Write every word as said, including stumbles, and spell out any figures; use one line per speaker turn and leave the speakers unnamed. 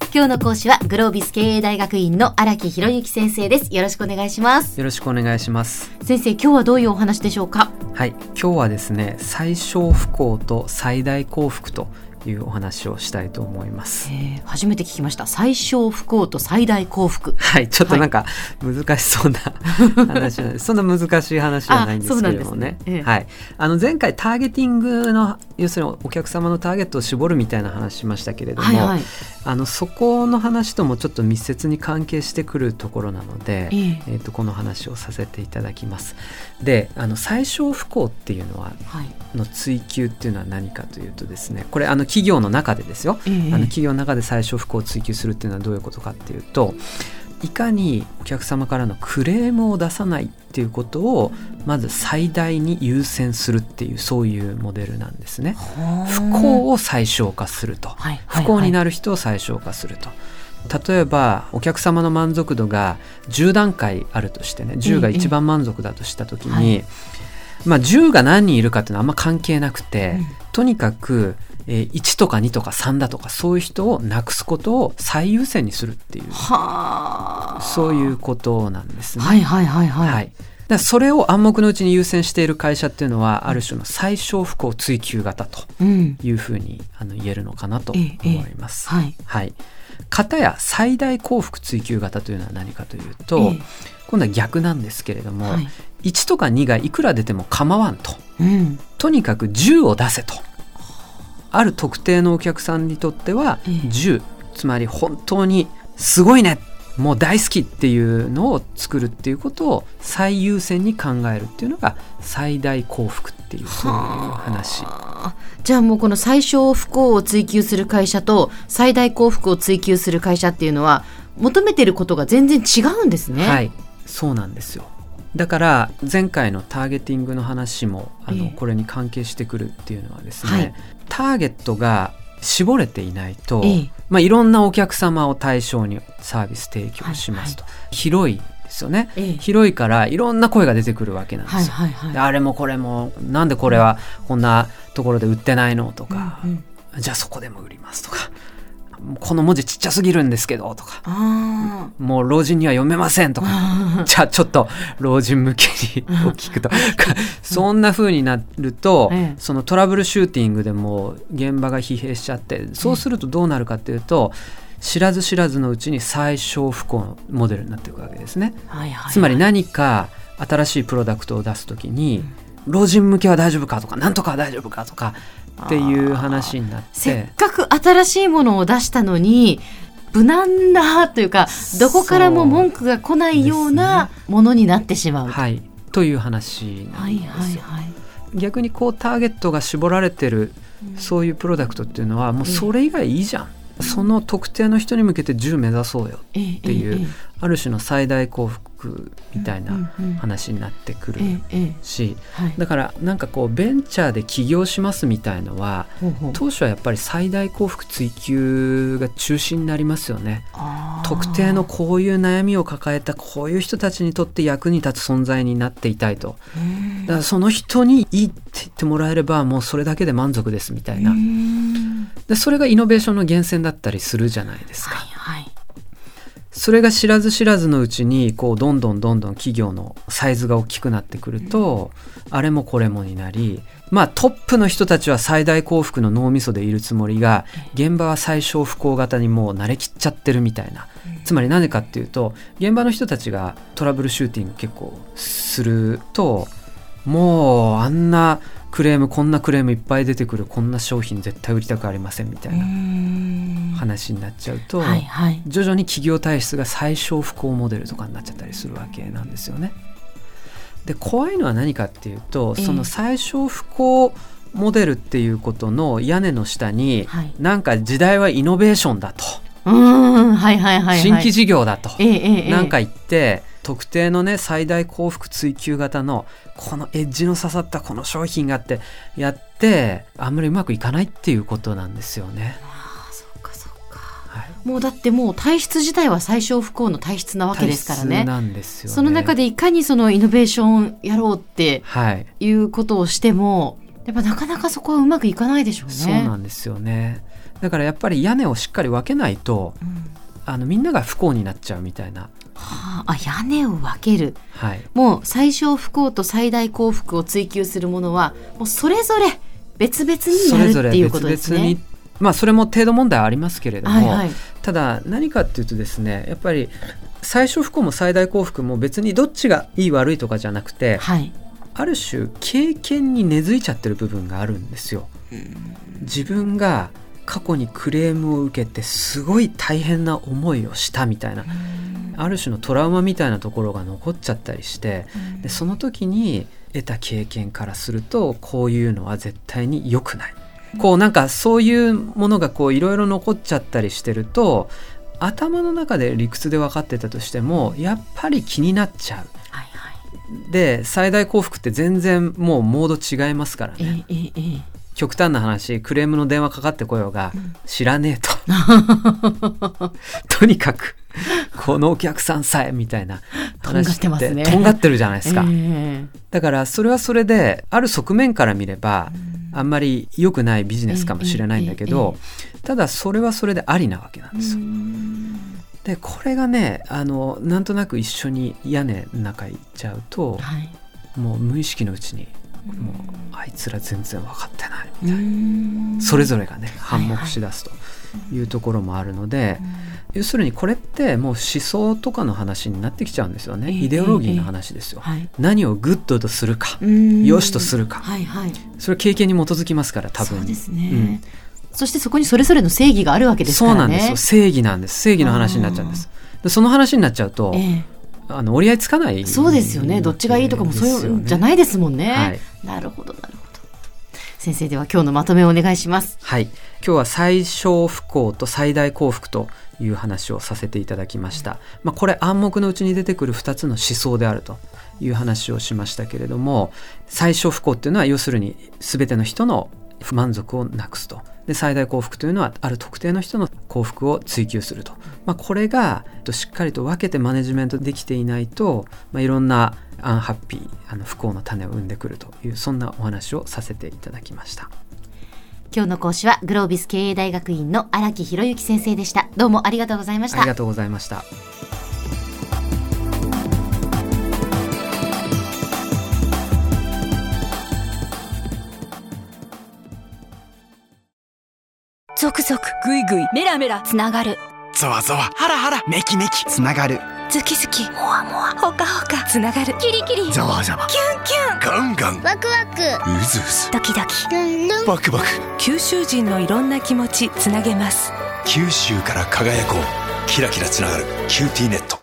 今日の講師はグロービス経営大学院の荒木博之先生です。よろしくお願いします。
よろしくお願いします。
先生、今日はどういうお話でしょうか？
はい、今日はですね、最小不幸と最大幸福というお話をしたいと思います。
えー、初めて聞きました。最小不幸と最大幸福。
はい、ちょっとなんか難しそうな、はい、話なんです。そんな難しい話じゃないんですけれどもね。
ええ、
はい、あの前回ターゲティングの要するにお客様のターゲットを絞るみたいな話しましたけれども、はいはい、あのそこの話ともちょっと密接に関係してくるところなので、えええー、とこの話をさせていただきます。で、あの最小不幸っていうのは、はい、の追求っていうのは何かというとですね、これあの企業の中でですよ、えー、あの企業の中で最小不幸を追求するっていうのはどういうことかっていうと、いかにお客様からのクレームを出さないっていうことをまず最大に優先するっていう、そういうモデルなんですね。不幸を最小化すると、はいはいはい、不幸になる人を最小化すると。例えばお客様の満足度がじゅうだんかいあるとしてね、じゅうが一番満足だとしたときに、えーはい、まあ、じゅうが何人いるかっていうのはあんま関係なくて、うん、とにかくえー、いちとかにとかさんだとかそういう人をなくすことを最優先にするっていう、はそういうことなんですね。
はいはいはいはい、はい、
だからそれを暗黙のうちに優先している会社っていうのはある種の最小不幸追求型というふうに、うん、あの言えるのかなと思います。ええはいはい、片や最大幸福追求型というのは何かというと、え、今度は逆なんですけれども、はい、いちとかにがいくら出ても構わんと、うん、とにかくじゅうを出せと。ある特定のお客さんにとってはじゅう、ええ、つまり本当にすごいね、もう大好きっていうのを作るっていうことを最優先に考えるっていうのが最大幸福っていう、そういう話。
じゃあもうこの最小不幸を追求する会社と最大幸福を追求する会社っていうのは求めていることが全然違うんですね。
はい、そうなんですよ。だから前回のターゲティングの話もあの、ええ、これに関係してくるっていうのはですね、はい、ターゲットが絞れていないと、ええ、まあ、いろんなお客様を対象にサービス提供しますと、はいはい、広いですよね、ええ、広いからいろんな声が出てくるわけなんですよ、はいはいはい、であれもこれもなんでこれはこんなところで売ってないのとか、うんうん、じゃあそこでも売りますとか、この文字ちっちゃすぎるんですけどとか、あもう老人には読めませんとか、じゃあちょっと老人向けに大きくとそんな風になると、ええ、そのトラブルシューティングでも現場が疲弊しちゃって、そうするとどうなるかっていうと、知らず知らずのうちに最小不幸のモデルになっていくわけですね、はいはいはい、つまり何か新しいプロダクトを出すときに、うん、老人向けは大丈夫かとか、なんとかは大丈夫かとかっていう話になって、
せっかく新しいものを出したのに無難なというか、どこからも文句が来ないようなものになってしまう、
はい、という話なんですよ、はいはいはい、逆にこうターゲットが絞られてる、うん、そういうプロダクトっていうのはもうそれ以外いいじゃん、うん、その特定の人に向けてじゅう目指そうよっていう、ええええ、ある種の最大幸福みたいな話になってくるし、だからなんかこうベンチャーで起業しますみたいのは、当初はやっぱり最大幸福追求が中心になりますよね。特定のこういう悩みを抱えたこういう人たちにとって役に立つ存在になっていたいと、だからその人にいいって言ってもらえればもうそれだけで満足ですみたいな、でそれがイノベーションの源泉だったりするじゃないですか、はいはい、それが知らず知らずのうちにこうどんどんどんどん企業のサイズが大きくなってくると、うん、あれもこれもになり、まあトップの人たちは最大幸福の脳みそでいるつもりが、現場は最小不幸型にもう慣れきっちゃってるみたいな、うん、つまり何かっていうと、現場の人たちがトラブルシューティング結構すると、もうあんなクレームこんなクレームいっぱい出てくる、こんな商品絶対売りたくありませんみたいな話になっちゃうと、はいはい、徐々に企業体質が最小不幸モデルとかになっちゃったりするわけなんですよね。で怖いのは何かっていうと、その最小不幸モデルっていうことの屋根の下に、はい、なんか時代はイノベーションだと、うーん、はいはいはいはい、新規事業だと、えーえー、なんか言って特定のね最大幸福追求型のこのエッジの刺さったこの商品があってやってあんまりうまくいかないっていうことなんですよね。
ああ、そうかそうか、はい、もうだってもう体質自体は最小不幸の体質なわけですからね。
体質なんですよね。
その中でいかにそのイノベーションやろうっていうことをしても、やっやっぱなかなかそこはうまくいかないでしょうね。
そうなんですよね。だからやっぱり屋根をしっかり分けないと、うん、あのみんなが不幸になっちゃうみたいな。
はあ、あ屋根を分ける、
はい、
もう最小不幸と最大幸福を追求するものはもうそれぞれ別々にやるっていうことですね。
それぞれ別々に、まあ、それも程度問題ありますけれども、
はいはい、
ただ何かっていうとですね、やっぱり最小不幸も最大幸福も別にどっちがいい悪いとかじゃなくて、
はい、
ある種経験に根付いちゃってる部分があるんですよ。自分が過去にクレームを受けてすごい大変な思いをしたみたいな、ある種のトラウマみたいなところが残っちゃったりして、でその時に得た経験からするとこういうのは絶対に良くない、こうなんかそういうものがこういろいろ残っちゃったりしてると、頭の中で理屈で分かってたとしてもやっぱり気になっちゃう、
はいはい、
で最大幸福って全然もうモード違いますからね。
ええええ、
極端な話、クレームの電話かかってこようが、うん、知らねえととにかくこのお客さんさえみたいな話ってとんがってますね。とんがってるじゃないですか、えー、だからそれはそれである側面から見れば、うん、あんまり良くないビジネスかもしれないんだけど、えーえー、ただそれはそれでありなわけなんですよ。でこれがね、あのなんとなく一緒に屋根の中行っちゃうと、はい、もう無意識のうちにもうあいつら全然分かってないみたいな、それぞれがね反目しだすというところもあるので、はいはい、要するにこれってもう思想とかの話になってきちゃうんですよね、えー、イデオロギーの話ですよ、えーはい、何をグッドとするか良しとするか、はいはい、それは経験に基づきますから多分。
そうですね、うん、そしてそこにそれぞれの正義があるわけですからね。
そうなんですよ、正義なんです。正義の話になっちゃうんです。でその話になっちゃうと、えーあの折り合いつかない。
そうですよね。どっちがいいとかもそういうんじゃないですもんね、はい、なるほどなるほど。先生、では今日のまとめをお願いします。
はい、今日は最小不幸と最大幸福という話をさせていただきました、まあ、これ暗黙のうちに出てくるふたつの思想であるという話をしましたけれども、最小不幸っていうのは要するに全ての人の不満足をなくすと。で最大幸福というのはある特定の人の幸福を追求すると、まあ、これがしっかりと分けてマネジメントできていないと、まあ、いろんなアンハッピーあの不幸の種を生んでくるという、そんなお話をさせていただきました。
今日の講師はグロービス経営大学院の荒木博之先生でした。どうもありがとうございました。
ありがとうございました。
ゾクゾクグイグイメラメラつながる、
ゾワゾワハラハラメキメキつながる、
ズキズキモワモワホカホカつながる、キリキリ
ザワザワ
キュンキュン
ガンガン
ワクワク
ウズウズ
ドキドキ
ルンルン
バクバク、
九州人のいろんな気持ちつなげます。
九州から輝こう、キラキラつながるキューティーネット。